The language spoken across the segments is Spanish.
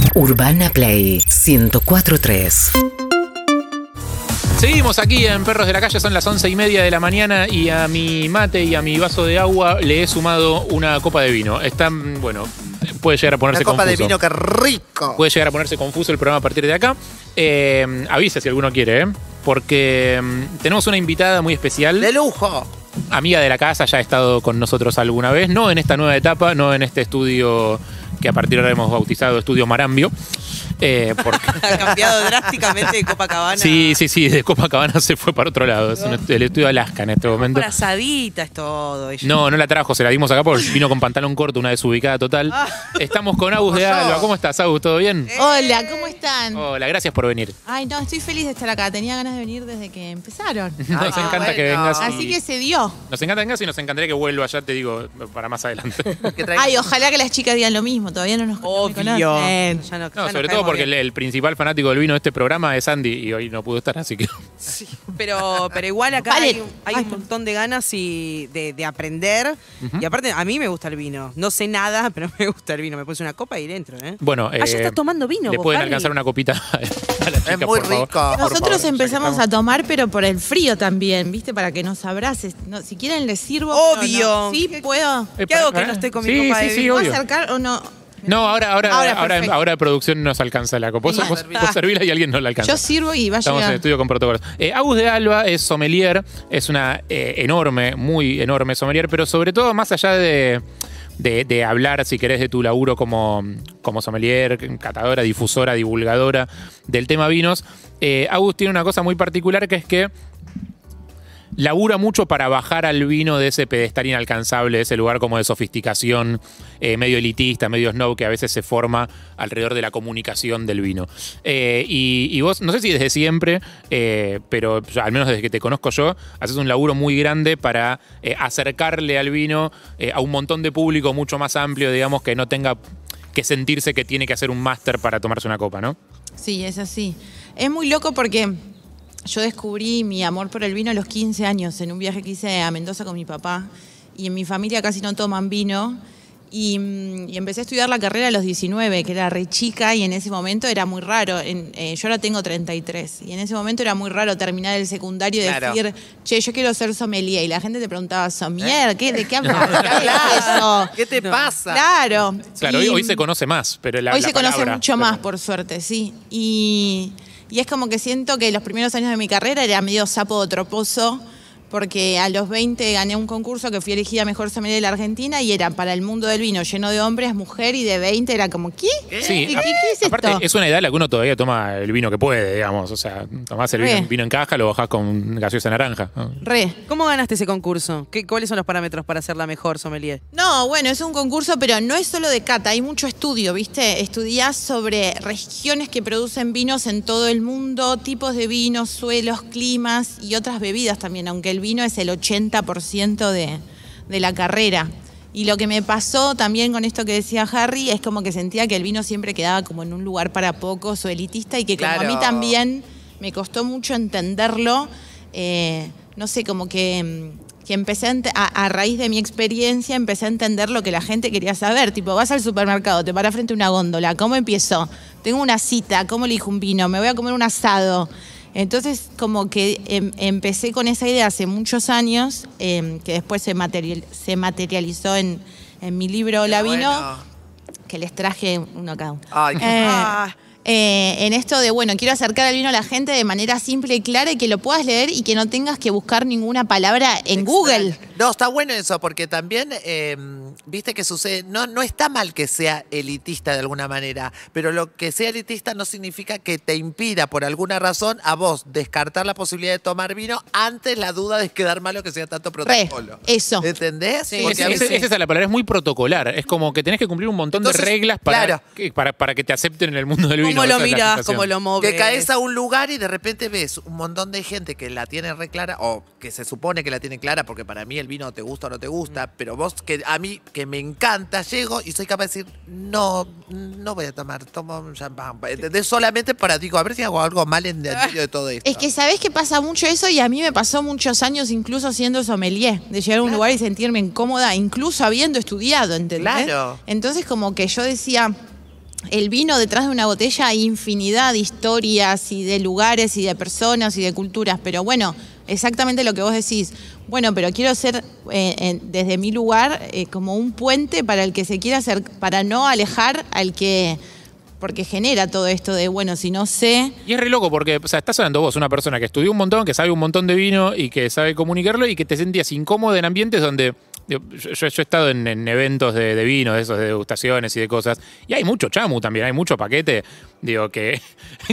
Urbana Play 104.3. Seguimos aquí en Perros de la Calle, son las 11:30 de la mañana y a mi mate y a mi vaso de agua le he sumado una copa de vino. Están, bueno, puede llegar a ponerse confuso. Una copa de vino, qué rico. Puede llegar a ponerse confuso el programa a partir de acá. Avisa si alguno quiere, porque tenemos una invitada muy especial. ¡De lujo! Amiga de la casa, ya ha estado con nosotros alguna vez, no en esta nueva etapa, no en este estudio que a partir de ahora hemos bautizado Estudio Marambio. Porque Ha cambiado drásticamente de Copacabana. Sí, de Copacabana se fue para otro lado. Es el estudio Alaska en este momento. Para asadita es todo. Ella. No la trajo, se la dimos acá porque vino con pantalón corto, una desubicada total. Estamos con Agus de Alba. ¿Cómo estás, Agus? ¿Todo bien? Hola, ¿cómo están? Hola, gracias por venir. Ay, no, estoy feliz de estar acá. Tenía ganas de venir desde que empezaron. Nos encanta que vengas. Así que se dio. Nos encanta que vengas y nos encantaría que vuelva ya, te digo, para más adelante. Ay, ojalá que las chicas digan lo mismo. Todavía no nos Obvio. conocen. Ya no, No, sobre todo porque el principal fanático del vino de este programa es Andy y hoy no pudo estar, así que... Sí, pero igual acá Vale. hay un montón de ganas y de aprender. Y aparte, a mí me gusta el vino. No sé nada, pero me gusta el vino. Me puse una copa y dentro, ¿eh? Bueno, ya estás tomando vino, le vos, pueden Harry. alcanzar una copita a la chica, Es muy por favor. rico. Nosotros empezamos a tomar, pero por el frío también, ¿viste? Para que nos abraces. No, si quieren les sirvo. pero Obvio. no. Sí, puedo. ¿Qué hago que no esté con mi copa de vino? ¿Puedo obvio. acercar o no? No, perfecto. ahora de producción nos alcanza la copa. Vos servirla y alguien no la alcanza. Yo sirvo y va a Estamos en llegar. el estudio con protocolos. Agus de Alba es sommelier, es una muy enorme sommelier, pero sobre todo más allá de hablar, si querés, de tu laburo como sommelier, catadora, difusora, divulgadora del tema vinos, Agus tiene una cosa muy particular que es que labura mucho para bajar al vino de ese pedestal inalcanzable, de ese lugar como de sofisticación medio elitista, medio snob que a veces se forma alrededor de la comunicación del vino. Y vos, no sé si desde siempre, pero ya, al menos desde que te conozco yo, haces un laburo muy grande para acercarle al vino a un montón de público mucho más amplio, digamos, que no tenga que sentirse que tiene que hacer un máster para tomarse una copa, ¿no? Sí, es así. Es muy loco porque yo descubrí mi amor por el vino a los 15 años en un viaje que hice a Mendoza con mi papá. Y en mi familia casi no toman vino. Y empecé a estudiar la carrera a los 19, que era re chica, y en ese momento era muy raro. Yo ahora tengo 33. Y en ese momento era muy raro terminar el secundario y decir, che, yo quiero ser sommelier. Y la gente te preguntaba, ¿sommelier? ¿De qué hablas? ¿Qué es eso? ¿Qué te pasa? Claro. Claro, Y hoy se conoce más, pero hoy se conoce palabra, mucho más, por suerte, sí. Y es como que siento que los primeros años de mi carrera era medio sapo troposo, porque a los 20 gané un concurso que fui elegida mejor sommelier de la Argentina y era para el mundo del vino lleno de hombres, mujer, y de 20 era como, ¿qué? Sí, ¿Qué es aparte, esto? es una edad en la que uno todavía toma el vino que puede, digamos. O sea, tomás el vino en caja, lo bajás con gaseosa naranja, ¿no? Re. ¿Cómo ganaste ese concurso? ¿Cuáles son los parámetros para ser la mejor sommelier? No, bueno, es un concurso, pero no es solo de cata, hay mucho estudio, ¿viste? Estudiás sobre regiones que producen vinos en todo el mundo, tipos de vinos, suelos, climas y otras bebidas también, aunque el vino es el 80% de la carrera. Y lo que me pasó también con esto que decía Harry es como que sentía que el vino siempre quedaba como en un lugar para pocos o elitista y que como a mí también me costó mucho entenderlo, no sé, como que empecé a raíz de mi experiencia empecé a entender lo que la gente quería saber. Tipo, vas al supermercado, te paras frente a una góndola, ¿cómo empiezo? Tengo una cita, ¿cómo elijo un vino? Me voy a comer un asado. Entonces, como que empecé con esa idea hace muchos años, que después se materializó en mi libro Hola Vino, que les traje uno cada uno. Ay, En esto de, bueno, quiero acercar el vino a la gente de manera simple y clara y que lo puedas leer y que no tengas que buscar ninguna palabra en Google. No, está bueno eso, porque también, viste que sucede, no está mal que sea elitista de alguna manera, pero lo que sea elitista no significa que te impida por alguna razón a vos descartar la posibilidad de tomar vino ante la duda de quedar malo que sea tanto protocolo. Eso. ¿Entendés? Sí. Porque a veces- Esa es la palabra, es muy protocolar. Es como que tenés que cumplir un montón Entonces, de reglas claro. para que te acepten en el mundo del vino. ¿Cómo lo Esa es la mirás? sensación. ¿Cómo lo moves? Que caes a un lugar y de repente ves un montón de gente que la tiene re clara, o que se supone que la tiene clara, porque para mí el vino te gusta o no te gusta, pero vos, que a mí, que me encanta, llego y soy capaz de decir, no voy a tomar, tomo un champán. ¿Entendés? Solamente para, digo, a ver si hago algo mal en medio de todo esto. Es que sabés que pasa mucho eso y a mí me pasó muchos años incluso siendo sommelier, de llegar a un lugar y sentirme incómoda, incluso habiendo estudiado, ¿entendés? Claro. Entonces como que yo decía, el vino detrás de una botella hay infinidad de historias y de lugares y de personas y de culturas, pero bueno, exactamente lo que vos decís. Bueno, pero quiero ser desde mi lugar como un puente para el que se quiera hacer, para no alejar al que... Porque genera todo esto de, bueno, si no sé... Y es re loco porque, o sea, estás hablando vos, una persona que estudió un montón, que sabe un montón de vino y que sabe comunicarlo y que te sentías incómodo en ambientes donde... Yo he estado en eventos de vino, de esos, de degustaciones y de cosas, y hay mucho chamu también, hay mucho paquete, digo, que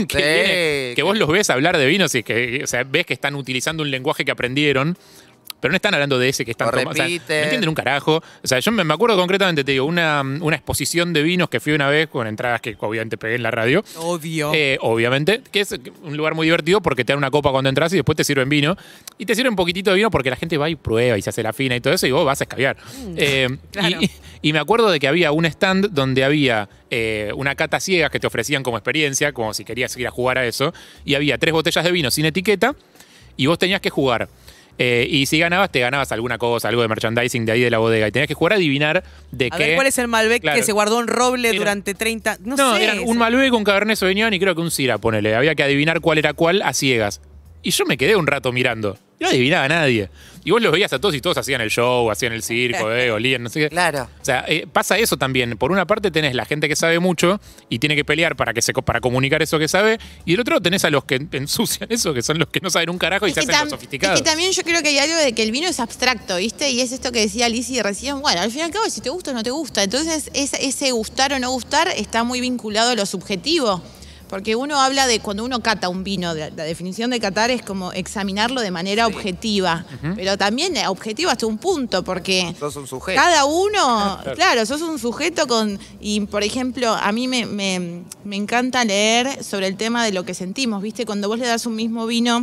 vos los ves hablar de vinos y que, o sea, ves que están utilizando un lenguaje que aprendieron, pero no están hablando de ese que están tomando. O sea, no entienden un carajo. O sea, yo me acuerdo concretamente, te digo, una exposición de vinos que fui una vez con entradas que obviamente pegué en la radio. Obvio. Obviamente, que es un lugar muy divertido porque te dan una copa cuando entras y después te sirven vino. Y te sirven un poquitito de vino porque la gente va y prueba y se hace la fina y todo eso y vos vas a escabiar. Claro. Y me acuerdo de que había un stand donde había una cata ciega que te ofrecían como experiencia, como si querías ir a jugar a eso. Y había 3 botellas de vino sin etiqueta y vos tenías que jugar. Y si ganabas, te ganabas alguna cosa, algo de merchandising de ahí de la bodega. Y tenías que jugar a adivinar de A qué. ver, ¿cuál es el Malbec Claro. que se guardó en roble Era- durante 30... No sé. Eran un Malbec, un Cabernet Sauvignon y creo que un Syrah, ponele. Había que adivinar cuál era cuál a ciegas. Y yo me quedé un rato mirando. Y no adivinaba a nadie. Y vos los veías a todos y todos hacían el show, hacían el circo, olían, no sé qué. Claro. O sea, pasa eso también. Por una parte tenés la gente que sabe mucho y tiene que pelear para comunicar eso que sabe. Y del otro lado tenés a los que ensucian eso, que son los que no saben un carajo y se hacen los sofisticados. Es que también yo creo que hay algo de que el vino es abstracto, ¿viste? Y es esto que decía Lizzy recién. Bueno, al fin y al cabo, si te gusta o no te gusta. Entonces, ese gustar o no gustar está muy vinculado a lo subjetivo. Porque uno habla de cuando uno cata un vino, la definición de catar es como examinarlo de manera objetiva. Pero también objetivo hasta un punto, porque Sos un sujeto. cada uno, claro, sos un sujeto con... Y, por ejemplo, a mí me encanta leer sobre el tema de lo que sentimos, ¿viste? Cuando vos le das un mismo vino...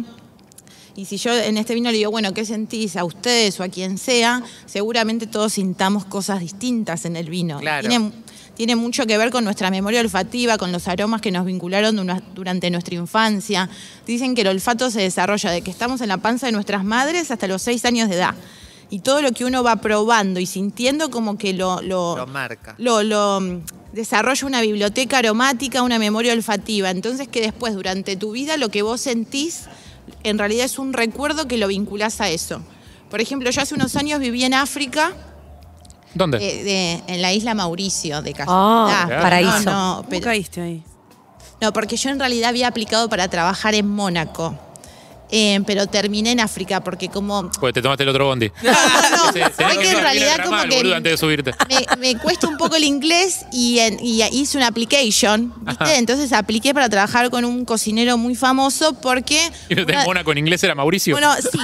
Y si yo en este vino le digo, bueno, ¿qué sentís a ustedes o a quien sea? Seguramente todos sintamos cosas distintas en el vino. Claro. Tiene mucho que ver con nuestra memoria olfativa, con los aromas que nos vincularon durante nuestra infancia. Dicen que el olfato se desarrolla de que estamos en la panza de nuestras madres hasta los 6 años de edad. Y todo lo que uno va probando y sintiendo como que Lo marca. desarrolla una biblioteca aromática, una memoria olfativa. Entonces que después, durante tu vida, lo que vos sentís en realidad es un recuerdo que lo vinculás a eso. Por ejemplo, yo hace unos años viví en África, ¿Dónde? en la isla Mauricio, de casualidad. Ah, paraíso. No, ¿Cómo pero, caíste ahí? no, porque yo en realidad había aplicado para trabajar en Mónaco. Pero terminé en África porque como... Pues te tomaste el otro bondi. No, Sí, fue tenés que en ir a realidad grabar, como que boludo, antes de subirte. me cuesta un poco el inglés y hice una application, ¿viste? Ajá. Entonces apliqué para trabajar con un cocinero muy famoso porque... Y de Mónaco en inglés era Mauricio. Bueno, sí,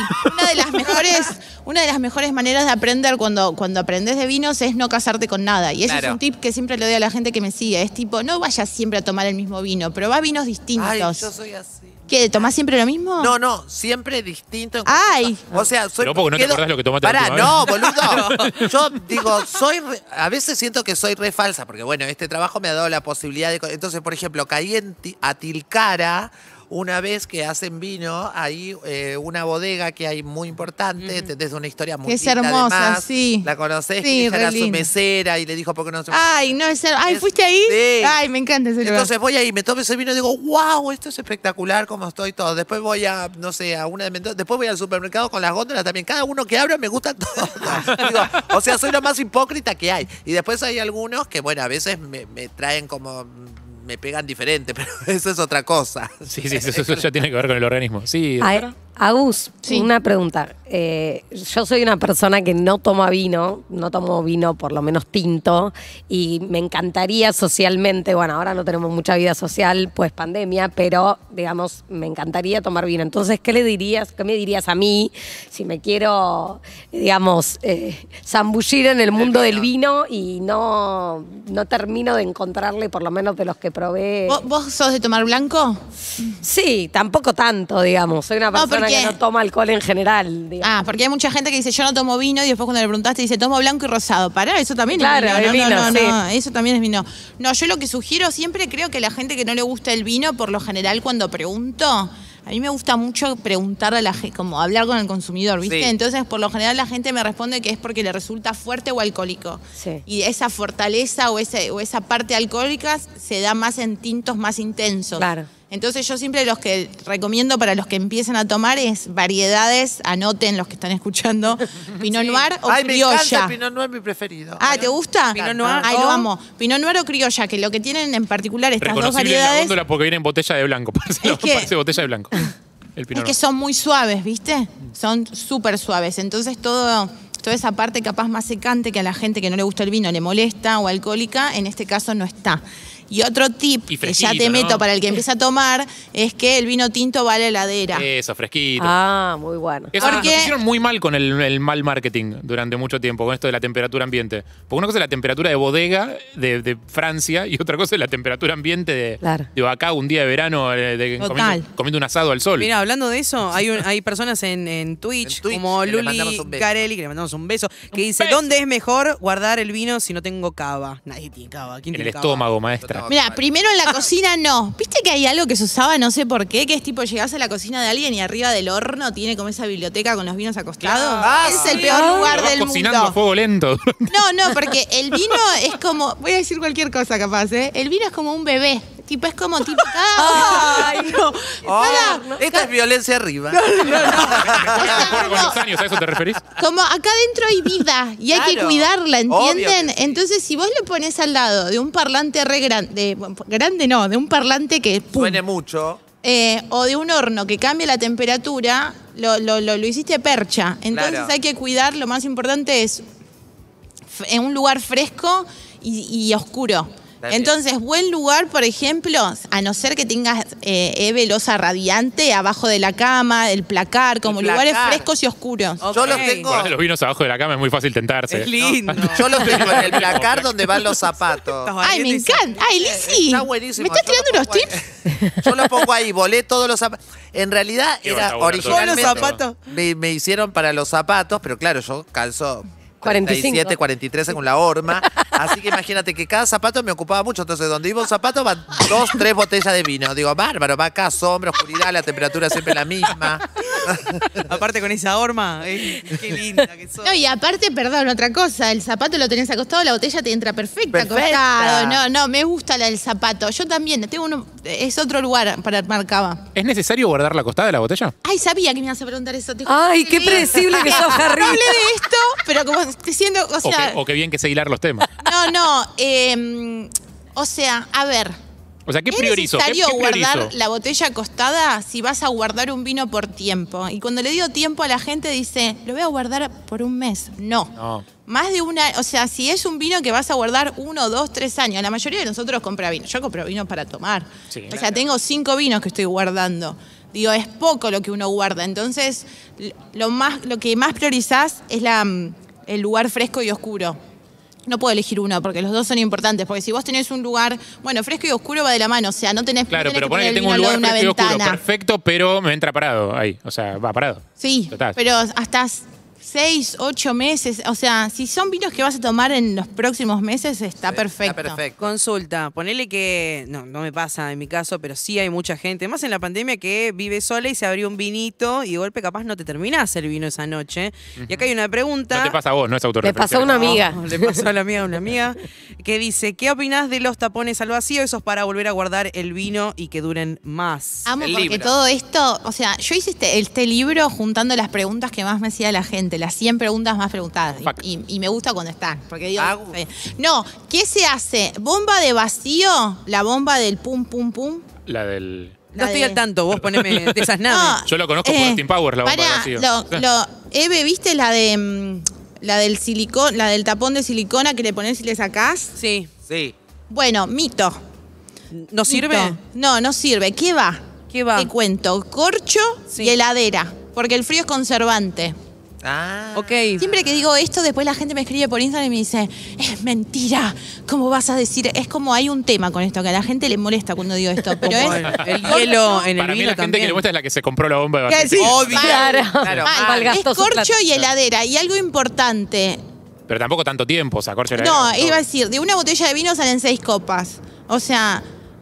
una de las mejores maneras de aprender cuando aprendes de vinos es no casarte con nada. Y ese Claro. es un tip que siempre le doy a la gente que me sigue. Es tipo, no vayas siempre a tomar el mismo vino, probá vinos distintos. Ay, yo soy así. ¿Qué? ¿Tomás siempre lo mismo? No, siempre distinto. en Ay. O sea, soy... Pero vos porque no te acordás lo que tomaste la Pará, última no, boludo. Yo digo, a veces siento que soy re falsa, porque bueno, este trabajo me ha dado la posibilidad de... Entonces, por ejemplo, caí a Tilcara una vez que hacen vino, hay una bodega que hay muy importante, ¿entendés? Una historia muy Que es linda, hermosa, además. sí. ¿La conocés? Sí, Que ella re era su linda. mesera y le dijo, ¿por qué no se... Ay, no, ay, Es- ¿fuiste ahí? Sí. Ay, me encanta ese lugar. Entonces voy ahí, me tomo ese vino y digo, wow, esto es espectacular, cómo estoy todo. Después voy a, no sé, a una de Mendoza. Después voy al supermercado con las góndolas también. Cada uno que abra me gusta todo. Digo, o sea, soy lo más hipócrita que hay. Y después hay algunos que, bueno, a veces me traen como... Me pegan diferente, pero eso es otra cosa. Sí, eso ya tiene que ver con el organismo. Sí, ¿Débora? Agus, Sí. una pregunta. Yo soy una persona que no toma vino, no tomo vino por lo menos tinto, y me encantaría socialmente, bueno, ahora no tenemos mucha vida social, pues pandemia, pero digamos, me encantaría tomar vino. Entonces, ¿qué me dirías a mí si me quiero, digamos, zambullir en el mundo del vino y no termino de encontrarle, por lo menos de los que probé? ¿Vos sos de tomar blanco? Sí, tampoco tanto, digamos. Soy una No, persona ¿por qué? que no toma alcohol en general, digamos. Ah, porque hay mucha gente que dice yo no tomo vino y después cuando le preguntaste dice tomo blanco y rosado. Pará, eso también Claro, es es vino. vino, sí. No, eso también es vino. No, yo lo que sugiero siempre creo que la gente que no le gusta el vino, por lo general cuando pregunto, A mí me gusta mucho preguntarle a la gente, como hablar con el consumidor, ¿viste? Sí. Entonces, por lo general, la gente me responde que es porque le resulta fuerte o alcohólico. Sí. Y esa fortaleza o esa parte alcohólica se da más en tintos más intensos. Claro. Entonces yo siempre los que recomiendo para los que empiecen a tomar es variedades, anoten los que están escuchando, Pinot Noir o Ay, me encanta criolla. el Pinot Noir, mi preferido. Ah, ¿te gusta? Pinot Noir Ay, o- lo amo. Pinot Noir o criolla, que lo que tienen en particular estas dos Reconocible en la variedades góndola porque viene en botella de blanco. Es que- Parece botella de blanco. El es Pinot que Noir. son muy suaves, ¿viste? Son súper suaves. Entonces toda esa parte capaz más secante que a la gente que no le gusta el vino le molesta o alcohólica, en este caso no está. Y otro tip Y que ya fresquito, te meto ¿no? para el que empieza a tomar es que el vino tinto va a la heladera. Eso, fresquito. Ah, muy bueno. Eso nos Porque- hicieron muy mal con el mal marketing durante mucho tiempo, con esto de la temperatura ambiente. Porque una cosa es la temperatura de bodega de Francia y otra cosa es la temperatura ambiente de, Claro. de acá un día de verano Total. comiendo un asado al sol. Mira, hablando de eso, hay personas en Twitch, En Twitch, como que le mandamos Luli un beso. Garelli, que le mandamos un beso, que dice, beso. ¿dónde es mejor guardar el vino si no tengo cava? Nadie tiene cava. ¿Quién En el tiene cava? estómago, maestra. No, Mira, primero en la cocina no. ¿Viste que hay algo que se usaba, no sé por qué, que es tipo llegás a la cocina de alguien y arriba del horno tiene como esa biblioteca con los vinos acostados? Ah, es sí. el peor lugar Lo vas del cocinando a mundo. fuego lento. No, porque el vino es como, voy a decir cualquier cosa capaz, ¿eh? El vino es como un bebé. Tipo, es como tipo. Ay, no. Oh, Nada, esta es violencia arriba. Mejora con los años, ¿a eso te referís? como acá adentro hay vida y hay que Claro. cuidarla, ¿entienden? Obvio que sí. Entonces, si vos lo pones al lado de un parlante re grande, de un parlante que pum, Suene mucho. o de un horno que cambia la temperatura, lo hiciste percha. Entonces Claro. hay que cuidar, lo más importante es en un lugar fresco y oscuro. Está bien. Entonces, buen lugar, por ejemplo, a no ser que tengas Eve losa radiante abajo de la cama, el placar, como placar. lugares frescos y oscuros. Ok. Yo los tengo. Poner los vinos abajo de la cama es muy fácil tentarse. Es lindo. Yo los tengo en el placar donde van los zapatos. Ay, me encanta. Ay, Lizzy. Está buenísimo. ¿Me estás Yo lo tirando unos pongo tips? ahí. Yo lo pongo ahí, volé todos los zapatos. En realidad ¿Qué vas a era volar todos los originalmente. zapatos? Me hicieron para los zapatos, pero claro, yo calzo 45. 47, 43 según la horma. Así que imagínate que cada zapato me ocupaba mucho. Entonces, donde iba un zapato van 2, 3 botellas de vino. Digo, bárbaro, va acá, sombra, oscuridad, la temperatura siempre la misma. Aparte con esa horma, qué linda que sos. No, y aparte, perdón, otra cosa, el zapato lo tenés acostado, la botella te entra perfecta Perfecta. acostado. No, me gusta la del zapato. Yo también, tengo uno, es otro lugar para armar cava. ¿Es necesario guardar la costada de la botella? Ay, sabía que me ibas a preguntar eso. te juro Ay, que qué sí. predecible que sos, Harry. No hablé de esto, pero como estoy siendo, o O sea, que bien que sé hilar los temas. o sea, a ver. O sea, ¿qué ¿Es priorizo? ¿Qué necesario priorizo? guardar la botella acostada si vas a guardar un vino por tiempo? Y cuando le digo tiempo a la gente dice, lo voy a guardar por un mes. No. No. Más de una, o sea, si es un vino que vas a guardar 1, 2, 3 años, la mayoría de nosotros compra vino. Yo compro vino para tomar. Sí, o sea, tengo 5 vinos que estoy guardando. Digo, es poco lo que uno guarda. Entonces, lo que más priorizás es el lugar fresco y oscuro. No puedo elegir uno porque los dos son importantes. Porque si vos tenés un lugar, bueno, fresco y oscuro va de la mano. O sea, no tenés, Claro, no tenés pero que ponele poner que el tengo un vino al lugar lado de fresco y una oscuro. ventana. Perfecto, pero me entra parado ahí. O sea, va parado. Sí, Total. pero hasta 6, 8 meses. O sea, si son vinos que vas a tomar en los próximos meses, está perfecto. Está perfecto. Consulta, ponele que, no me pasa en mi caso, pero sí hay mucha gente, más en la pandemia, que vive sola y se abrió un vinito y de golpe capaz no te terminás el vino esa noche. Y acá hay una pregunta. No te pasa a vos, no es Le autorreferencial. pasó a una amiga. Le pasó a la amiga de una amiga que dice, ¿qué opinás de los tapones al vacío? Esos para volver a guardar el vino y que duren más. Amo El porque libro. todo esto, o sea, yo hice este libro juntando las preguntas que más me hacía la gente, las 100 preguntas más preguntadas. Fuck. Y me gusta cuando están, porque digo, Ah, no, ¿qué se hace? ¿Bomba de vacío? ¿La bomba del pum, pum, pum? La del... No estoy al tanto, vos poneme de esas No, naves. Yo lo conozco por Austin Powers, la bomba de pará, vacío. Eve, ¿viste la de la del silicón, la del tapón de silicona que le pones y le sacás? Sí. Sí. Bueno, mito. ¿No sirve? Mito. No sirve. ¿Qué va? ¿Qué va? Te cuento, corcho Sí. y heladera, porque el frío es conservante. Ah. Ok. Siempre que digo esto, después la gente me escribe por Instagram y me dice, es mentira, ¿cómo vas a decir? Es como hay un tema con esto, que a la gente le molesta cuando digo esto, pero Como es... el hielo en el Para mí vino la gente también. que le muestra es la que se compró la bomba de Que vacío. sí, Obvio. mal, Claro. mal. Malgastó Es su corcho plata. y heladera. Y algo importante, Pero tampoco tanto tiempo, o sea, corcho no, iba a decir, de una botella de vino salen 6 copas. O sea,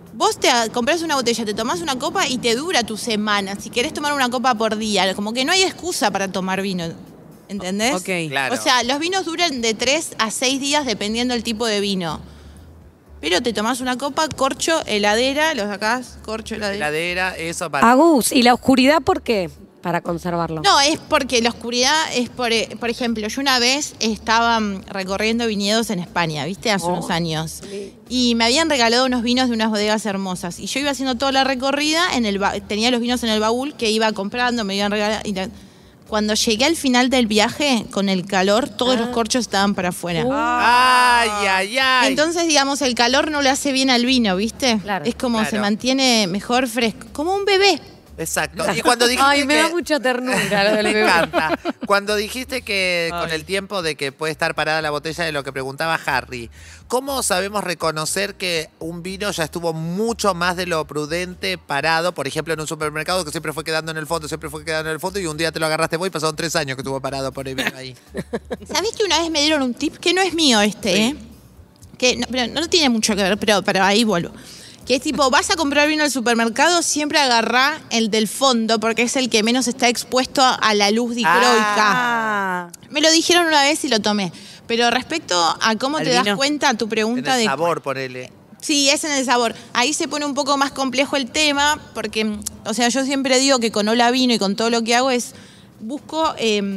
Vos te compras una botella, te tomás una copa y te dura tu semana. Si querés tomar una copa por día, como que no hay excusa para tomar vino. ¿Entendés? Ok. Claro. O sea, los vinos duran de 3 a 6 días dependiendo del tipo de vino. Pero te tomás una copa, corcho, heladera, lo sacás, corcho, heladera. Heladera, eso para. Agus, ¿y la oscuridad por qué? Para conservarlo. No, es porque la oscuridad es por ejemplo, yo una vez estaba recorriendo viñedos en España, ¿viste? Hace unos años. Y me habían regalado unos vinos de unas bodegas hermosas. Y yo iba haciendo toda la recorrida, tenía los vinos en el baúl que iba comprando, me iban regalando. Cuando llegué al final del viaje, con el calor, todos los corchos estaban para afuera. Ay, ay, ay. Entonces, digamos, el calor no le hace bien al vino, ¿viste? Claro. Es como Claro. se mantiene mejor fresco. Como un bebé. Exacto. Y cuando dijiste Ay, me que- da mucha ternura lo del Me bebé. encanta. Cuando dijiste que con Ay. el tiempo de que puede estar parada la botella de lo que preguntaba Harry, ¿cómo sabemos reconocer que un vino ya estuvo mucho más de lo prudente parado? Por ejemplo, en un supermercado que siempre fue quedando en el fondo, y un día te lo agarraste vos y pasaron 3 años que estuvo parado por el vino ahí. ¿Sabés que una vez me dieron un tip que no es mío ¿eh? Que pero no tiene mucho que ver, pero ahí vuelvo. Que es tipo, vas a comprar vino al supermercado, siempre agarrá el del fondo porque es el que menos está expuesto a la luz dicroica. Ah. Me lo dijeron una vez y lo tomé. Pero respecto a cómo ¿Al te das vino? cuenta, tu En pregunta el de... sabor, ponele. Sí, es en el sabor. Ahí se pone un poco más complejo el tema, porque, o sea, yo siempre digo que con Hola Vino y con todo lo que hago es, busco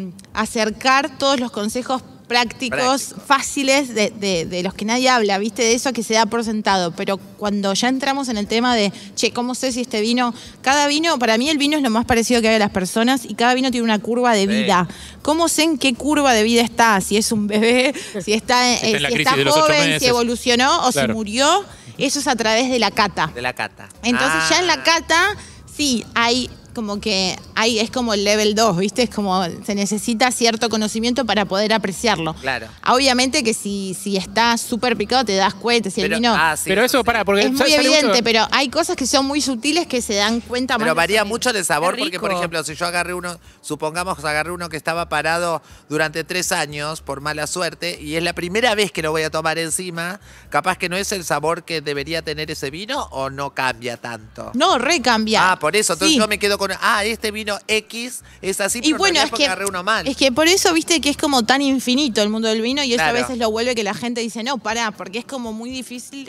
acercar todos los consejos prácticos, fáciles, de los que nadie habla, ¿viste? De eso que se da por sentado. Pero cuando ya entramos en el tema de, che, ¿cómo sé si este vino? Cada vino, para mí el vino es lo más parecido que hay a las personas y cada vino tiene una curva de vida. ¿Cómo sé en qué curva de vida está? Si es un bebé, si está, Está en la si crisis está de los 8 joven, si meses. evolucionó o Claro. si murió. Eso es a través de la cata. De la cata. Entonces ya en la cata, sí, hay como que es como el level 2, ¿viste? Es como se necesita cierto conocimiento para poder apreciarlo. Claro. Obviamente que si está súper picado te das cuenta, si Pero, el vino sí, Pero eso, pará, porque es muy sale evidente, mucho- pero hay cosas que son muy sutiles que se dan cuenta más. Pero de varía eso. mucho el sabor, Qué porque, por rico. ejemplo, si yo agarré uno, supongamos agarré uno que estaba parado durante 3 años por mala suerte, y es la primera vez que lo voy a tomar encima, capaz que no es el sabor que debería tener ese vino, o no cambia tanto. No, recambia. Ah, por eso, entonces Sí. yo me quedo con, este vino X es así, pero Y en bueno, realidad es porque que, agarré uno mal. es que por eso, viste, que es como tan infinito el mundo del vino y eso Claro. a veces lo vuelve que la gente dice, no, pará, porque es como muy difícil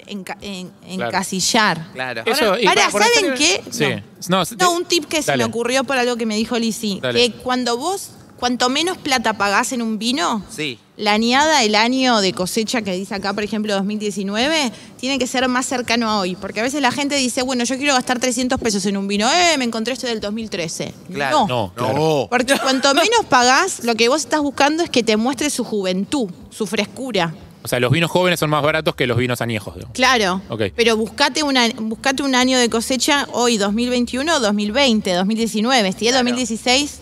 encasillar. Claro. Eso, y Pará, por ¿saben ejemplo- qué? Sí. No, un tip que se Dale. me ocurrió por algo que me dijo Lizzy, Dale. que cuanto menos plata pagás en un vino, Sí. la añada, el año de cosecha que dice acá, por ejemplo, 2019, tiene que ser más cercano a hoy. Porque a veces la gente dice, bueno, yo quiero gastar 300 pesos en un vino. Me encontré este del 2013. Claro. No, claro. Porque cuanto menos pagás, lo que vos estás buscando es que te muestre su juventud, su frescura. O sea, los vinos jóvenes son más baratos que los vinos añejos. Digamos. Claro. Ok. Pero buscate un año de cosecha hoy, 2021, 2020, 2019. Si es 2016...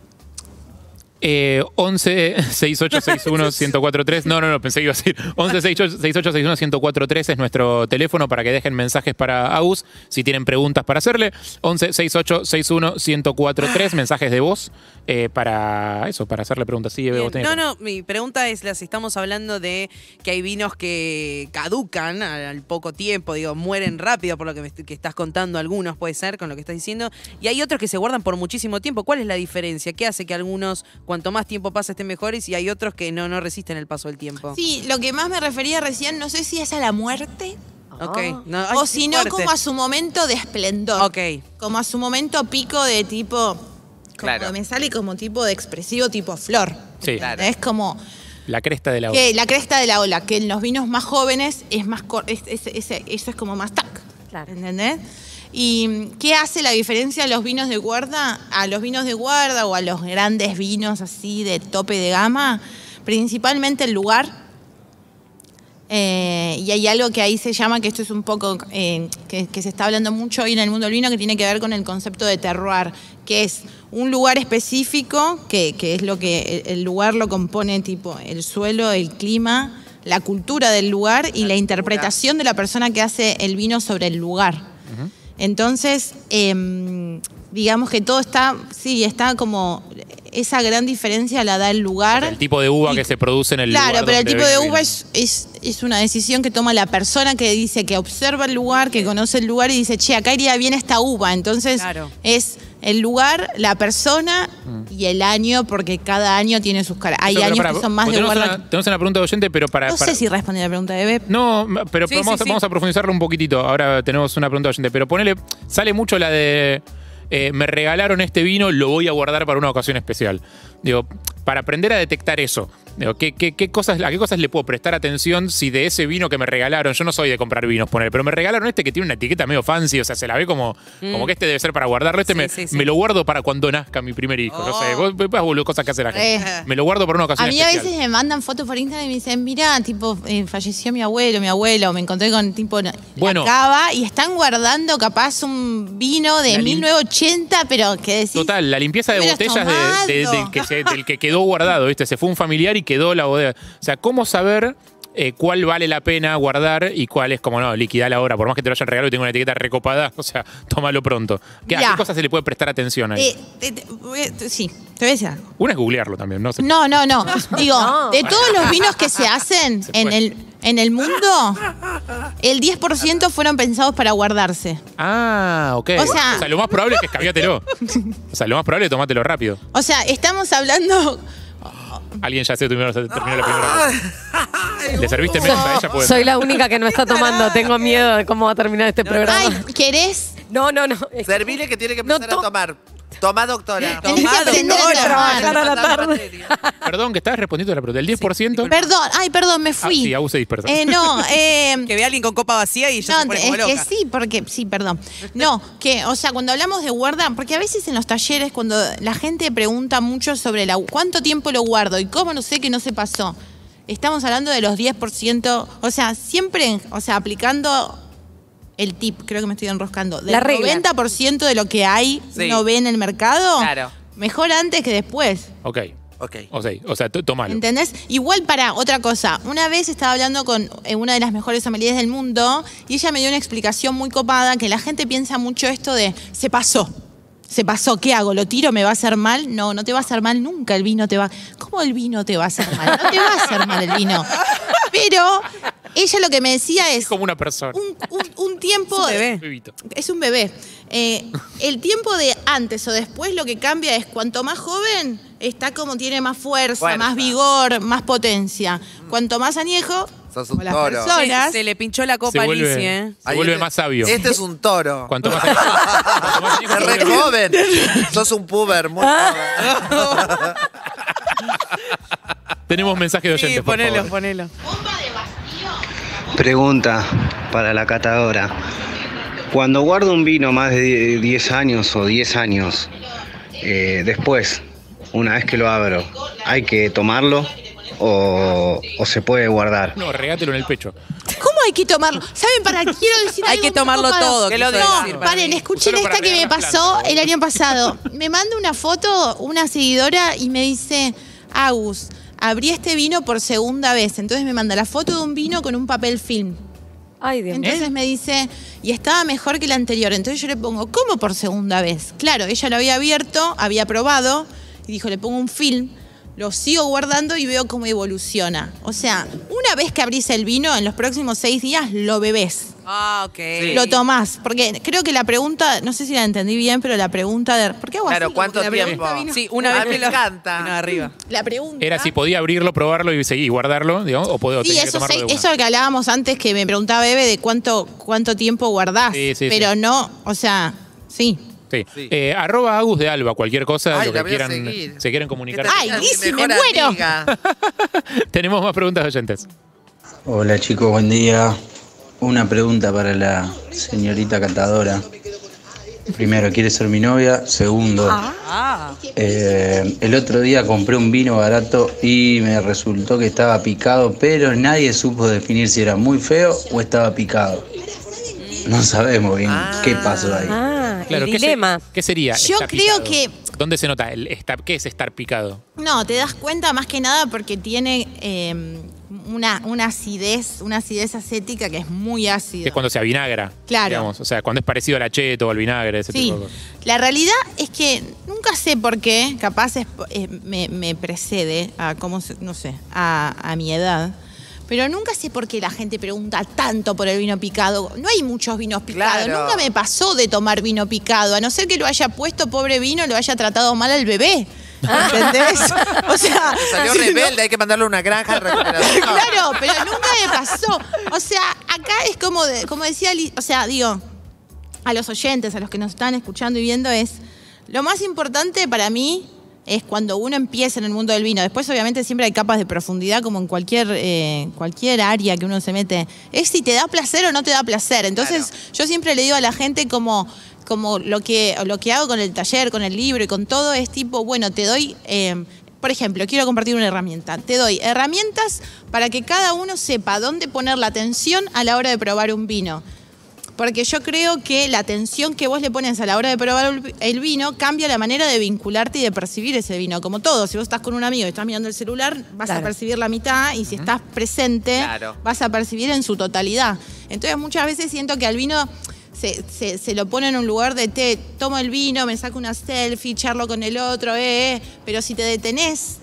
11 6861 1043. No, pensé que iba a decir 11 6861 1043 es nuestro teléfono para que dejen mensajes para Agus si tienen preguntas para hacerle. 11 6861 1043 mensajes de voz para eso, para hacerle preguntas. Sí, Bien. vos tenés- No, mi pregunta es, si estamos hablando de que hay vinos que caducan al poco tiempo, digo, mueren rápido por lo que estás contando, algunos puede ser con lo que estás diciendo, y hay otros que se guardan por muchísimo tiempo. ¿Cuál es la diferencia? ¿Qué hace que algunos, cuanto más tiempo pasa, estén mejores y hay otros que no resisten el paso del tiempo? Sí, lo que más me refería recién, no sé si es a la muerte Ok. No, ay, o qué si no fuerte. como a su momento de esplendor. Ok. Como a su momento pico de tipo... Como Claro. me sale como tipo de expresivo tipo flor. Sí, Claro. Es como la cresta de la ola. que la cresta de la ola, que en los vinos más jóvenes es más eso es como más tac. Claro. ¿Entendés? ¿Y qué hace la diferencia a los vinos de guarda? A los vinos de guarda o a los grandes vinos así de tope de gama, principalmente el lugar. Y hay algo que ahí se llama, que esto es un poco, que se está hablando mucho hoy en el mundo del vino, que tiene que ver con el concepto de terroir, que es un lugar específico, que es lo que el lugar lo compone, tipo el suelo, el clima, la cultura del lugar y la interpretación de la persona que hace el vino sobre el lugar. Entonces, digamos que todo está como esa gran diferencia la da el lugar. El tipo de uva que se produce en el lugar. Claro, pero el donde tipo de viene. uva es una decisión que toma la persona que dice, que observa el lugar, que conoce el lugar y dice, che, acá iría bien esta uva. Entonces Claro. es el lugar, la persona y el año, porque cada año tiene sus caras. Hay Pero años pará, que son más de tenemos guarda. tenemos una pregunta de oyente, pero para... No sé si respondí la pregunta de Beb. No, pero Sí, vamos, sí, sí. vamos a profundizarlo un poquitito. Ahora tenemos una pregunta de oyente, pero ponele, sale mucho la de me regalaron este vino, lo voy a guardar para una ocasión especial. Digo, para aprender a detectar eso, digo, ¿a qué cosas le puedo prestar atención si de ese vino que me regalaron, yo no soy de comprar vinos, poner, pero me regalaron este que tiene una etiqueta medio fancy, o sea, se la ve como que este debe ser para guardarlo, este Sí, sí. me lo guardo para cuando nazca mi primer hijo. No sé, vos boludo, cosas que hace la gente. Me lo guardo para una ocasión A mí a especial. veces me mandan fotos por Instagram y me dicen, mira, tipo, falleció mi abuelo, mi abuela, o me encontré con tipo Bueno. la cava y están guardando capaz un vino de La lim- 1980, pero que decís... Total, la limpieza de ¿Te hubieras botellas tomado? del que quedó guardado, ¿viste? Se fue un familiar y quedó la bodega. O sea, ¿cómo saber cuál vale la pena guardar y cuál es como no, liquidar ahora? Por más que te lo hayan regalado y tenga una etiqueta recopada, o sea, tómalo pronto. ¿A qué Ya. cosas se le puede prestar atención ahí? Sí, te voy a decir algo. Una es googlearlo también, ¿no? No. Digo, No. de todos los vinos que se hacen en el mundo, el 10% fueron pensados para guardarse. Ah, ok. O sea- lo más probable es que escabiátelo. O sea, lo más probable es tomátelo rápido. O sea, estamos hablando... Alguien ya se terminó la primera copa. ¿Le serviste mesa a ella? Puede Soy la única que no está tomando. Tengo miedo de cómo va a terminar este programa. Ay, ¿querés? No. Servile que tiene que empezar No a tomar. Tomá, doctora. Tenés que aprender a trabajar a la Matar tarde. materia. Perdón, que estabas respondiendo a la pregunta. ¿El 10%? Perdón, me fui. Sí, Agus se dispersa. Que ve a alguien con copa vacía y ya No, se pone como es que loca. perdón. No, que, o sea, cuando hablamos de guarda, porque a veces en los talleres, cuando la gente pregunta mucho sobre cuánto tiempo lo guardo y cómo no sé que no se pasó, estamos hablando de los 10%, o sea, siempre, o sea, aplicando el tip, creo que me estoy enroscando, del La regla. 90% de lo que hay, Sí. uno ve en el mercado, Claro. mejor antes que después. Ok. Ok. O sea, tomalo. ¿Entendés? Igual para otra cosa. Una vez estaba hablando con una de las mejores sommeliers del mundo y ella me dio una explicación muy copada que la gente piensa mucho esto de se pasó, ¿qué hago? ¿Lo tiro? ¿Me va a hacer mal? No, no te va a hacer mal nunca el vino te va... ¿Cómo el vino te va a hacer mal? No te va a hacer mal el vino. Pero ella lo que me decía es Es como una persona. un tiempo... Es un bebé. Bebito. Es un bebé. El tiempo de antes o después lo que cambia es cuanto más joven está como tiene más fuerza, más vigor, más potencia. Cuanto más añejo, Sos un como las toro. personas. Se le pinchó la copa a Lizzy, ¿eh? Se vuelve más sabio. Este es un toro. Cuanto más cuanto más Es re joven. Sos un puber muy joven. Tenemos mensaje de oyentes, Sí, por favor. ponelo. Pregunta para la catadora. Cuando guardo un vino más de 10 años o 10 años, después, una vez que lo abro, ¿hay que tomarlo o se puede guardar? No, regátelo en el pecho. ¿Cómo hay que tomarlo? ¿Saben? Quiero decir Hay algo que muy tomarlo copado. todo, Que lo quiso diga. decir, No, para paren, mí. escuchen Solo para esta que me regar las pasó plantas. el año pasado. Me manda una foto una seguidora y me dice, Agus, abrí este vino por segunda vez. Entonces me manda la foto de un vino con un papel film. Ay, Dios mío. Entonces me dice, y estaba mejor que el anterior. Entonces yo le pongo, ¿cómo por segunda vez? Claro, ella lo había abierto, había probado, y dijo, le pongo un film, lo sigo guardando y veo cómo evoluciona. O sea, una vez que abrís el vino, en los próximos 6 días lo bebés. Ah, ok. Lo tomás. Porque creo que la pregunta, no sé si la entendí bien, pero la pregunta de... ¿Por qué hago Claro, así? ¿cuánto Como que la tiempo? pregunta vino- Sí, una A vez mí que me lo... encanta. Vino de arriba. La pregunta... Era si podía abrirlo, probarlo y guardarlo, digamos, o Sí, tenía que eso, tomarlo de una. eso que hablábamos antes, que me preguntaba Bebe de cuánto tiempo guardás. Sí, sí, pero sí. no, o sea, sí. Sí. Sí. arroba Agus de Alba, cualquier cosa, Ay, lo la que voy a quieran, seguir. se quieren comunicar. Esta Ay, es mi Lizzy, me mejor muero. amiga. Tenemos más preguntas de oyentes. Hola chicos, buen día. Una pregunta para la señorita catadora. Primero, ¿quiere ser mi novia? Segundo, Ah, el otro día compré un vino barato y me resultó que estaba picado, pero nadie supo definir si era muy feo o estaba picado. No sabemos bien qué pasó ahí. Ah, Claro, el ¿qué, dilema. ¿qué sería? Yo estar creo picado? que- ¿Dónde se nota? ¿Qué es estar picado? No, te das cuenta más que nada porque tiene una acidez acética que es muy ácida. Que es cuando se avinagra. Claro. Digamos. O sea, cuando es parecido al acheto o al vinagre, ese Sí, tipo de cosas. la realidad es que nunca sé por qué, capaz me precede a, no sé, a mi edad, pero nunca sé por qué la gente pregunta tanto por el vino picado. No hay muchos vinos picados, Claro. nunca me pasó de tomar vino picado, a no ser que lo haya puesto, pobre vino, lo haya tratado mal al bebé. ¿Entendés? O sea, Salió rebelde, hay que mandarle a una granja de recuperación. claro, pero nunca me pasó. O sea, acá es como decía, o sea, digo, a los oyentes, a los que nos están escuchando y viendo, es lo más importante para mí es cuando uno empieza en el mundo del vino. Después, obviamente, siempre hay capas de profundidad, como en cualquier área que uno se mete. Es si te da placer o no te da placer. Entonces, yo siempre le digo a la gente como lo que hago con el taller, con el libro y con todo, es tipo, bueno, te doy... por ejemplo, quiero compartir una herramienta. Te doy herramientas para que cada uno sepa dónde poner la atención a la hora de probar un vino. Porque yo creo que la atención que vos le pones a la hora de probar el vino cambia la manera de vincularte y de percibir ese vino. Como todo, si vos estás con un amigo y estás mirando el celular, vas a percibir la mitad, y si estás presente, vas a percibir en su totalidad. Entonces muchas veces siento que al vino se lo pone en un lugar de tomo el vino, me saco una selfie, charlo con el otro, pero si te detenés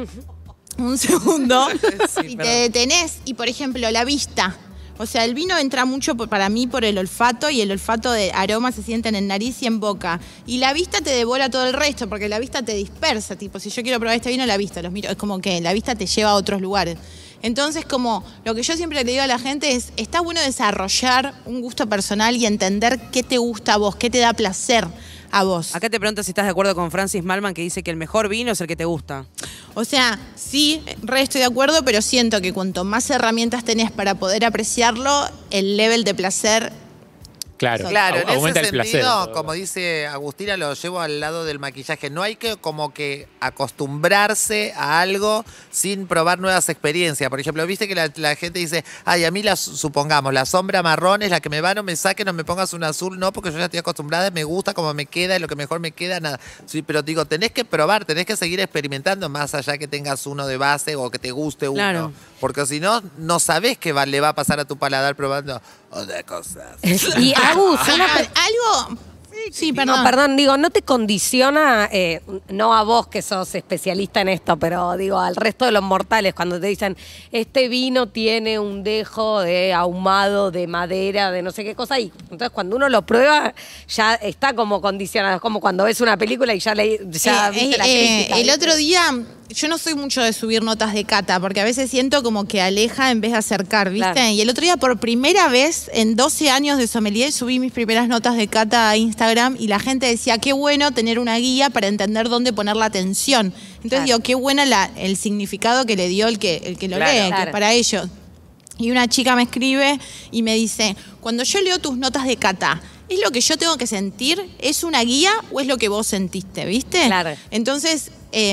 un segundo, si te detenés, y por ejemplo la vista. O sea, el vino entra mucho para mí por el olfato, y el olfato de aroma se siente en nariz y en boca. Y la vista te devora todo el resto, porque la vista te dispersa. Tipo, si yo quiero probar este vino, la vista, los miro. Es como que la vista te lleva a otros lugares. Entonces, como lo que yo siempre le digo a la gente es, está bueno desarrollar un gusto personal y entender qué te gusta a vos, qué te da placer a vos. Acá te pregunto si estás de acuerdo con Francis Malman, que dice que el mejor vino es el que te gusta. O sea, sí, estoy de acuerdo, pero siento que cuanto más herramientas tenés para poder apreciarlo, el level de placer... Claro, Claro, en aumenta ese el placer. sentido, como dice Agustina, lo llevo al lado del maquillaje. No hay que como que acostumbrarse a algo sin probar nuevas experiencias. Por ejemplo, viste que la gente dice, ay, a mí supongamos, la sombra marrón es la que me va, no me saque, no me pongas un azul, no, porque yo ya estoy acostumbrada, me gusta como me queda, es lo que mejor me queda, nada. Sí, pero digo, tenés que probar, tenés que seguir experimentando más allá que tengas uno de base o que te guste uno. Claro. Porque si no, no sabés qué le va a pasar a tu paladar probando otras cosas. Y Agus, algo... Sí, perdón. No, perdón, digo, ¿no te condiciona, no a vos que sos especialista en esto, pero digo, al resto de los mortales, cuando te dicen, este vino tiene un dejo de ahumado, de madera, de no sé qué cosa, y entonces cuando uno lo prueba, ya está como condicionado, es como cuando ves una película y ya viste la crítica. El otro día, yo no soy mucho de subir notas de cata, porque a veces siento como que aleja en vez de acercar, ¿viste? Claro. Y el otro día, por primera vez en 12 años de sommelier, subí mis primeras notas de cata a Instagram, y la gente decía, qué bueno tener una guía para entender dónde poner la atención. Entonces digo, qué buena el significado que le dio el que lo lee, que es para ellos. Y una chica me escribe y me dice, cuando yo leo tus notas de cata, ¿es lo que yo tengo que sentir? ¿Es una guía o es lo que vos sentiste? ¿Viste? Claro. Entonces,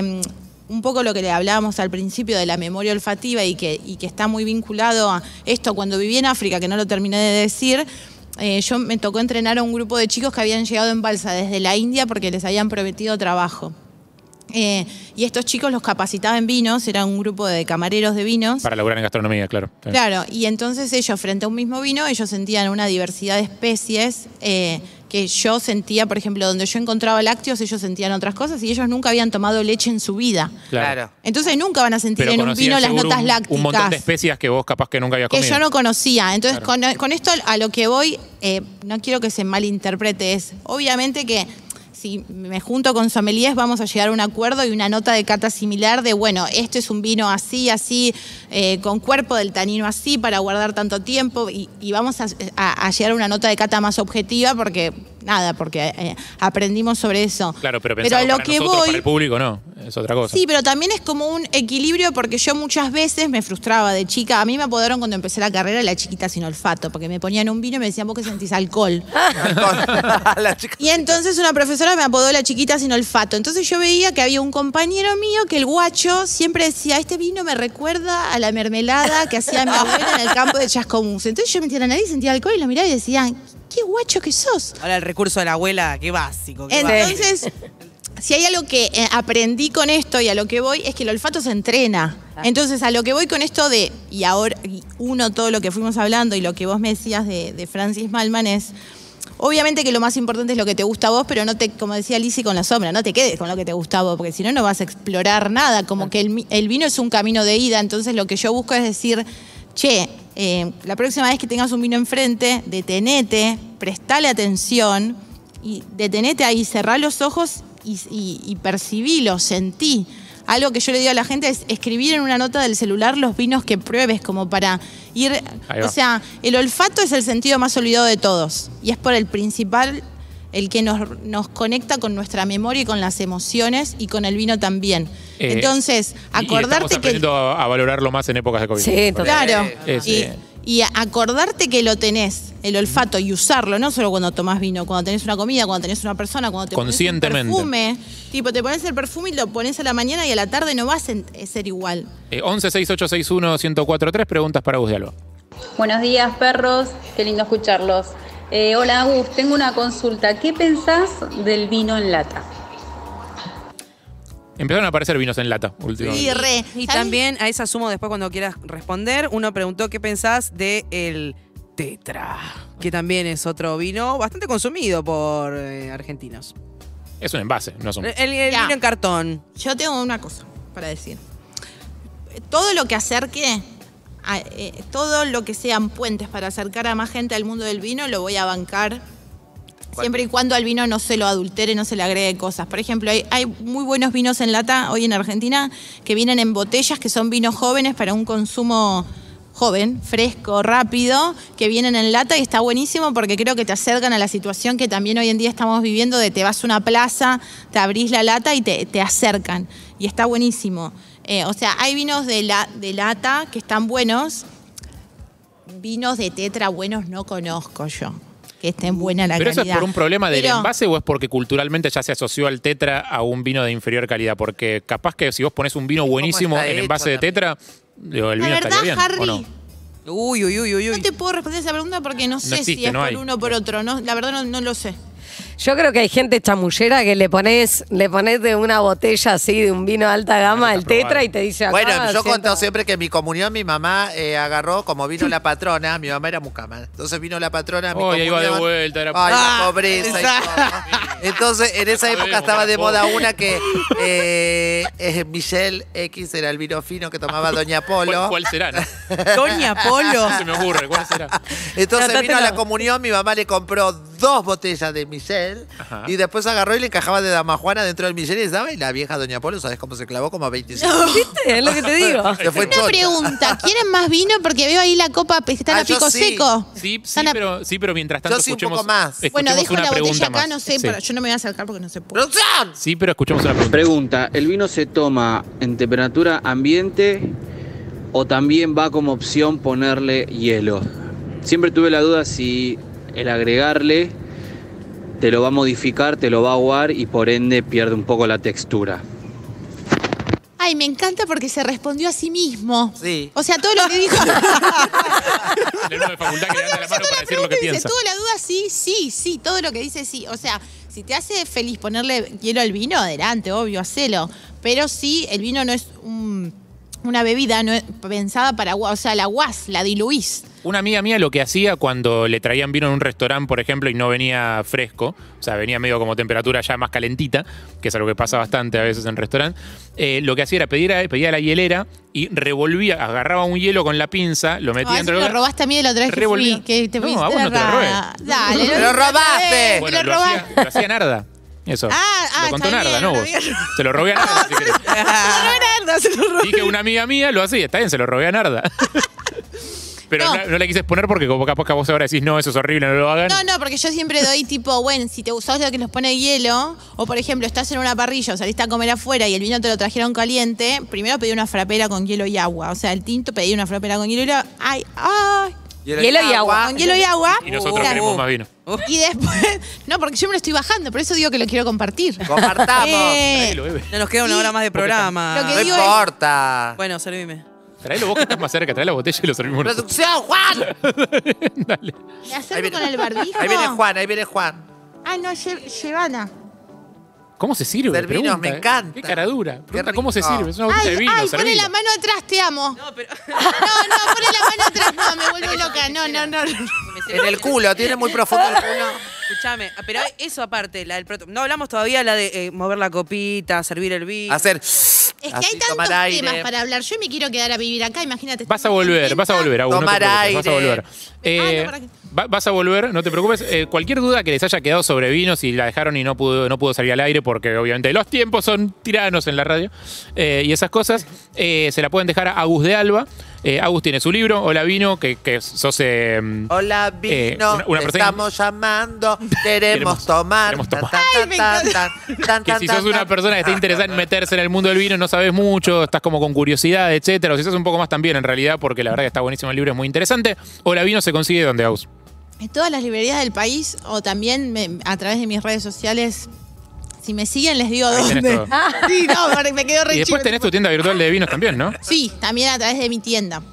un poco lo que le hablábamos al principio de la memoria olfativa y que está muy vinculado a esto, cuando viví en África, que no lo terminé de decir, yo me tocó entrenar a un grupo de chicos que habían llegado en balsa desde la India porque les habían prometido trabajo. Y estos chicos los capacitaba en vinos, era un grupo de camareros de vinos. Para laburar en gastronomía, claro. Sí. Claro, y entonces ellos, frente a un mismo vino, ellos sentían una diversidad de especies que yo sentía, por ejemplo, donde yo encontraba lácteos, ellos sentían otras cosas, y ellos nunca habían tomado leche en su vida. Claro. Entonces nunca van a sentir Pero en un vino conocías las seguro notas lácticas. un montón de especias que vos capaz que nunca habías Que comido. yo no conocía. Entonces, Claro. con esto a lo que voy, no quiero que se malinterprete, es obviamente que si me junto con sommeliers vamos a llegar a un acuerdo y una nota de cata similar de, bueno, este es un vino así, con cuerpo del tanino así para guardar tanto tiempo, y vamos a llegar a una nota de cata más objetiva porque aprendimos sobre eso. Claro, pero pensaba a lo para que nosotros, voy, para el público, no. Es otra cosa. sí, pero también es como un equilibrio porque yo muchas veces me frustraba de chica. A mí me apodaron cuando empecé la carrera la chiquita sin olfato, porque me ponían un vino y me decían, vos que sentís alcohol. La chica- Y entonces una profesora me apodó la chiquita sin olfato. Entonces yo veía que había un compañero mío que el guacho siempre decía, este vino me recuerda a la mermelada que hacía mi abuela en el campo de Chascomús. Entonces yo metía la nariz, sentía alcohol y lo miraba y decía, qué guacho que sos. Ahora el recurso de la abuela, qué básico. Qué básico. Entonces, si hay algo que aprendí con esto y a lo que voy, es que el olfato se entrena. Entonces, a lo que voy con esto y ahora uno todo lo que fuimos hablando y lo que vos me decías de Francis Mallmann es, obviamente que lo más importante es lo que te gusta a vos, pero no te, como decía Lizzy con la sombra, no te quedes con lo que te gusta a vos, porque si no, no vas a explorar nada, como que el vino es un camino de ida, entonces lo que yo busco es decir, che, la próxima vez que tengas un vino enfrente, detenete, prestale atención y detenete ahí, cerrá los ojos y percibilo, sentí. Algo que yo le digo a la gente es escribir en una nota del celular los vinos que pruebes como para ir... O sea, el olfato es el sentido más olvidado de todos y es por el principal, el que nos conecta con nuestra memoria y con las emociones y con el vino también. Entonces, acordarte y estamos aprendiendo a valorarlo más en épocas de COVID. Sí, total. Claro. Y acordarte que lo tenés, el olfato, y usarlo, no solo cuando tomás vino, cuando tenés una comida, cuando tenés una persona, cuando te pones un perfume. Tipo, te pones el perfume y lo pones a la mañana y a la tarde no vas a ser igual. 11 6861 1043 preguntas para Agus de Alba. Buenos días, perros. Qué lindo escucharlos. Hola, Agus. Tengo una consulta. ¿Qué pensás del vino en lata? Empezaron a aparecer vinos en lata últimamente. Sí, re. Y ¿Sabes? también, a esa sumo después cuando quieras responder, uno preguntó qué pensás del Tetra, que también es otro vino bastante consumido por argentinos. Es un envase, no es un... El vino en cartón. Yo tengo una cosa para decir. Todo lo que acerque, todo lo que sean puentes para acercar a más gente al mundo del vino, lo voy a bancar. Siempre y cuando al vino no se lo adultere, no se le agregue cosas. Por ejemplo, hay muy buenos vinos en lata hoy en Argentina que vienen en botellas, que son vinos jóvenes para un consumo joven, fresco, rápido, que vienen en lata y está buenísimo porque creo que te acercan a la situación que también hoy en día estamos viviendo de te vas a una plaza, te abrís la lata y te acercan. Y está buenísimo. O sea, hay vinos de lata que están buenos. Vinos de tetra buenos no conozco yo. Que estén buena la ¿Pero calidad. eso es por un problema del envase o es porque culturalmente ya se asoció al tetra a un vino de inferior calidad? Porque capaz que si vos pones un vino buenísimo en envase de tetra, digo, el vino estaría bien, Harry, ¿o no? Uy. no te puedo responder esa pregunta porque no sé existe, si es no por hay. uno o por otro. No, la verdad no lo sé. Yo creo que hay gente chamullera que le pones de una botella así de un vino de alta gama el tetra y te dice acá. Bueno, yo cuento siempre que en mi comunión mi mamá agarró, como vino la patrona, mi mamá era mucama. Entonces vino la patrona, mi comunión. Iba de vuelta, era... Ay, la pobreza y todo. Entonces, en esa época estaba de moda una que Michelle X era el vino fino que tomaba Doña Polo. ¿Cuál será? No? Doña Polo. No se me ocurre, ¿cuál será? Entonces vino a la comunión, mi mamá le compró 2 botellas de Michelle. Ajá. Y después agarró y le encajaba de Dama Juana dentro del Michelle y ¿sabes? Y la vieja Doña Polo, ¿sabes cómo se clavó? Como a 25. ¿Viste? Es lo que te digo. Se fue Una chocha. pregunta, ¿quieren más vino? Porque veo ahí la copa, están a yo pico sí. seco. Sí, Pero, mientras tanto Yo sí, un escuchemos, poco más. bueno, escuchemos dejo una la pregunta botella acá, más. no sé, Sí. pero yo no me voy a acercar porque no se puede. ¡Producción! Sí, pero escuchemos una pregunta. Pregunta, ¿el vino se toma en temperatura ambiente o también va como opción ponerle hielo? Siempre tuve la duda si el agregarle te lo va a modificar, te lo va a aguar y por ende pierde un poco la textura. Ay, me encanta porque se respondió a sí mismo. Sí. O sea, todo lo que dijo. El alumno de facultad que levanta la mano para decir lo que Dice, piensa. tuvo la duda, sí, todo lo que dice sí. O sea, si te hace feliz ponerle hielo al vino, adelante, obvio, hacelo. Pero sí, el vino no es una bebida no es pensada para agua, o sea, la aguás, la diluís. Una amiga mía lo que hacía cuando le traían vino en un restaurante, por ejemplo, y no venía fresco, o sea, venía medio como temperatura ya más calentita, que es algo que pasa bastante a veces en restaurantes, lo que hacía era pedía a la hielera y revolvía, agarraba un hielo con la pinza, lo metía No, dentro eso de me lo robaste a mí de la otra vez que revolvía. fui, que te No, fuiste a vos no te lo robé. Dale, ¡Me lo robaste! Bueno, me lo lo robaste. hacía Narda. Eso. Lo contó está Narda, bien, no no vos. digas. Se lo robé a Narda, si querés. Se lo robé. Dije una amiga mía lo hacía, está bien, se lo robé a Narda. Pero no le quise exponer porque como capaz que vos ahora decís, no, eso es horrible, no lo hagan. No, porque yo siempre doy tipo, bueno, si te usás lo que nos pone hielo, o por ejemplo, estás en una parrilla o saliste a comer afuera y el vino te lo trajeron caliente, primero pedí una frapera con hielo y agua. O sea, el tinto pedí una frapera con hielo y agua. Ay. Hielo y agua. Con hielo y agua. Y nosotros queremos más vino. Y después, no, porque yo me lo estoy bajando, por eso digo que lo quiero compartir. Compartamos. Traelo, bebe. No nos queda una hora más de programa. Lo que No digo importa. Bueno, servime. Traelo vos que estás más cerca, trae la botella y lo servimos nosotros. ¡Producción, Juan! Dale. ¿Me acerco con el barbijo? Ahí viene Juan. Ah, no, Llevana. ¿Cómo se sirve? Ser vinos me encanta. Qué cara dura. Pregunta Qué cómo se rico. sirve. Es una botella de vino, Pone servila. la mano atrás, te amo. No, pero. No, pone la mano atrás, no, me vuelvo loca. No. En el culo, tiene muy profundo el culo. Escuchame, pero eso aparte, no hablamos todavía la de mover la copita, servir el vino. Hacer. Es que así, hay tantos tomar aire. temas para hablar. Yo me quiero quedar a vivir acá, imagínate. Vas a volver, Agus, Tomar no te preocupes, vas a aire. volver. no, ¿para qué? Vas a volver, no te preocupes. Cualquier duda que les haya quedado sobre vinos y la dejaron y no pudo salir al aire porque obviamente los tiempos son tiranos en la radio y esas cosas, se la pueden dejar a Agus de Alba. Agus tiene su libro, Hola Vino, que sos... Hola, vino, una te persona- estamos llamando, queremos tomar. Queremos tomar. Ay, me encanta. Que si sos una persona que está interesada en meterse en el mundo del vino, no sabes mucho, estás como con curiosidad, etcétera, o si sos un poco más también en realidad, porque la verdad que está buenísimo el libro, es muy interesante. Hola Vino se consigue ¿dónde, Agus? En todas las librerías del país o también a través de mis redes sociales. Si me siguen, les digo Ahí tenés dónde. todo. Sí, no, me quedo re Y después chivo. tenés tu tienda virtual de vinos también, ¿no? Sí, también a través de mi tienda.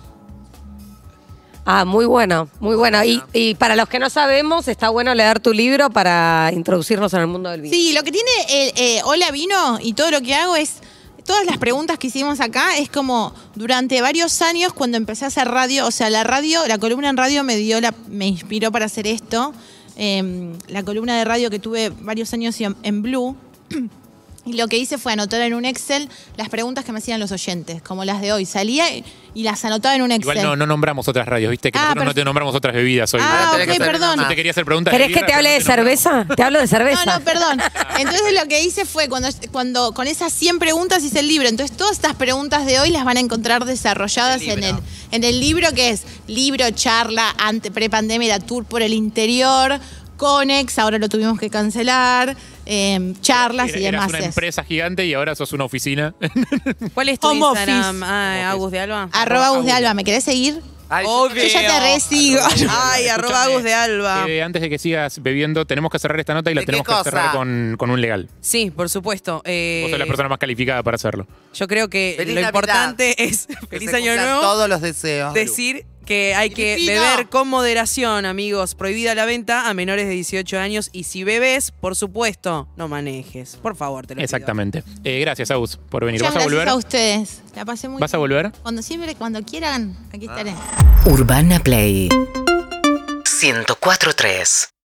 Ah, muy bueno, muy bueno. Y para los que no sabemos, está bueno leer tu libro para introducirnos en el mundo del vino. Sí, lo que tiene Hola Vino y todo lo que hago es. Todas las preguntas que hicimos acá es como durante varios años cuando empecé a hacer radio, o sea, la columna en radio me inspiró para hacer esto. La columna de radio que tuve varios años en Blue. Y lo que hice fue anotar en un Excel las preguntas que me hacían los oyentes, como las de hoy. Salía y las anotaba en un Excel. Igual no nombramos otras radios, ¿viste? Que Ah, nosotros no te nombramos otras bebidas hoy. Ah, Ahora tenés ok, que hacer perdón. una Yo te quería hacer preguntas. ¿Querés birra, que te hable pero de no te nombramos. cerveza? Te hablo de cerveza. No, perdón. Entonces lo que hice fue cuando con esas 100 preguntas hice el libro. Entonces todas estas preguntas de hoy las van a encontrar desarrolladas en el libro que es libro, charla, pre-pandemia, era tour por el interior, Conex, ahora lo tuvimos que cancelar, charlas y Eras demás. una empresa gigante y ahora sos una oficina. ¿Cuál es tu Home Instagram, office. Agus de Alba? ¡Agus de Alba! ¿Me querés seguir? Ay, Obvio. Yo ya te resigo. Ay, arroba Agus de Alba. Antes de que sigas bebiendo, tenemos que cerrar esta nota y la ¿De qué tenemos que cosa? cerrar con un legal. Sí, por supuesto. Vos sos la persona más calificada para hacerlo. Yo creo que Feliz lo Navidad. importante es, que feliz se año cumplan nuevo, todos los deseos. decir que hay que Filipino. beber con moderación, amigos. Prohibida la venta a menores de 18 años. Y si bebes, por supuesto, no manejes. Por favor, te lo pido. Exactamente. Gracias, Agus, por venir. Muchas ¿Vas a gracias volver? a ustedes. La pasé muy ¿Vas a bien. volver? Cuando quieran, aquí estaré. Urbana Play 104.3